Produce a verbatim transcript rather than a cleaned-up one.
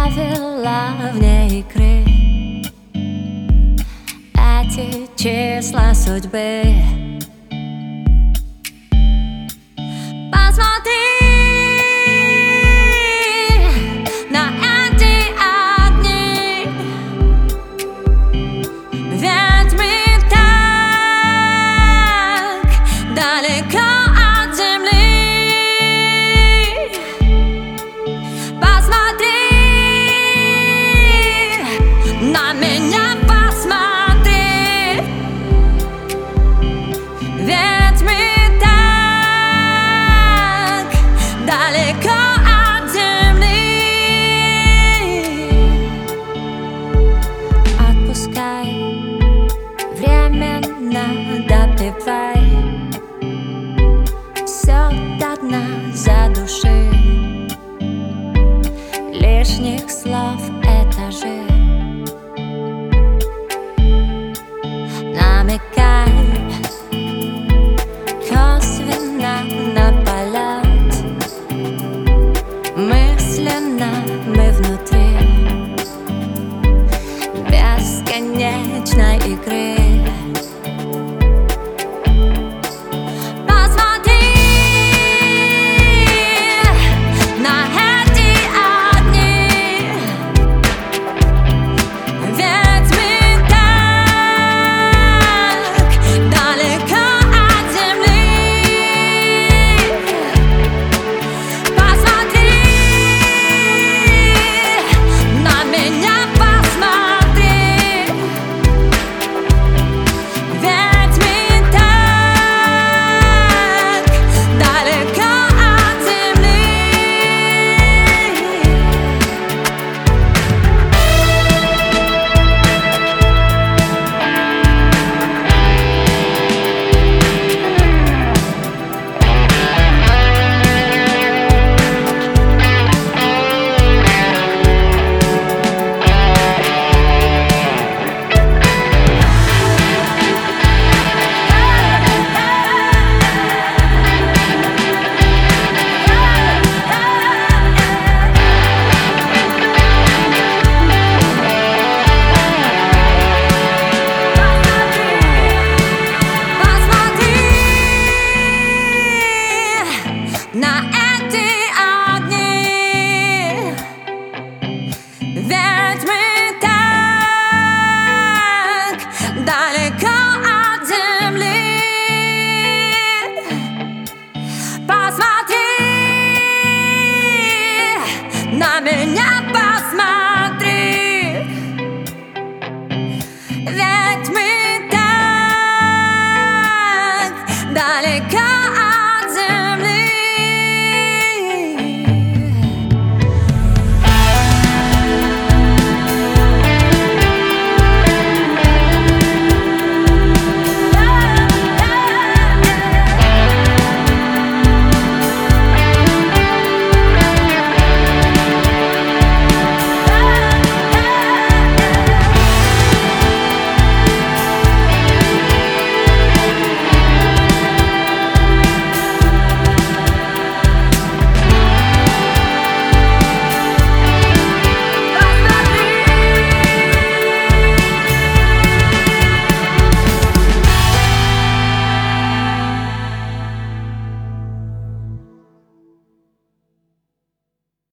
правила вне игры, эти числа судьбы. Посмотри на эти огни, ведь мы так далеко от земли. Посмотри на меня, посмотри, ведь мы так далеко от земли. Отпускай, временно допивай все до дна, задуши. Лишних слов этажи, намекай косвенно на полет. Мысленно мы внутри бесконечной игры. На эти огни, ведь мы так далеко от земли. Посмотри на меня, посмотри.